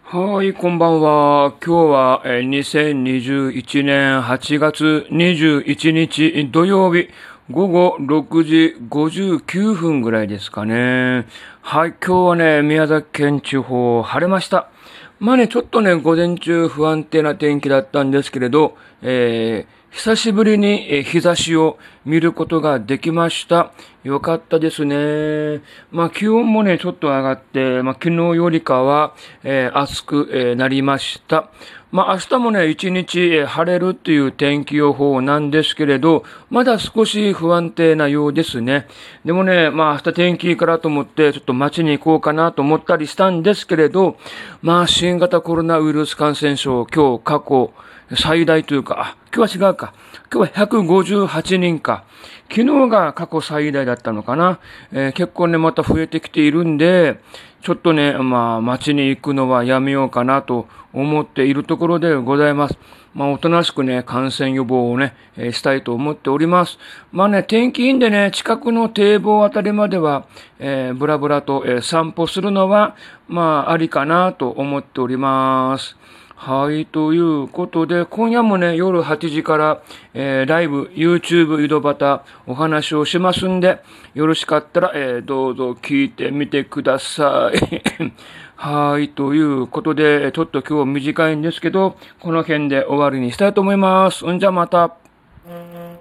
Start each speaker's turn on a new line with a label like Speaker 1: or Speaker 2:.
Speaker 1: はい、こんばんは。今日は2021年8月21日土曜日午後6時59分ぐらいですかね。はい、今日はね、宮崎県地方晴れました。まあね、ちょっとね、午前中不安定な天気だったんですけれど、久しぶりに日差しを見ることができました。よかったですね。まあ気温もね、ちょっと上がって、まあ昨日よりかは、暑く、なりました。まあ明日もね、一日、晴れるっていう天気予報なんですけれど、まだ少し不安定なようですね。でもね、まあ明日天気いいからと思って、ちょっと街に行こうかなと思ったりしたんですけれど、まあ新型コロナウイルス感染症、今日過去最大というか、今日は違うか。今日は158人か。昨日が過去最大だったのかな。結構ね、また増えてきているんで、ちょっとね、まあ、街に行くのはやめようかなと思っているところでございます。まあ、おとなしくね、感染予防をね、したいと思っております。まあね、天気いいんでね、近くの堤防あたりまでは、ぶらぶらと、散歩するのは、まあ、ありかなと思っております。はい、ということで、今夜もね、夜8時から、ライブ、YouTube 井戸端お話をしますんで、よろしかったら、どうぞ聞いてみてください。はい、ということで、ちょっと今日短いんですけど、この辺で終わりにしたいと思います。んじゃまた。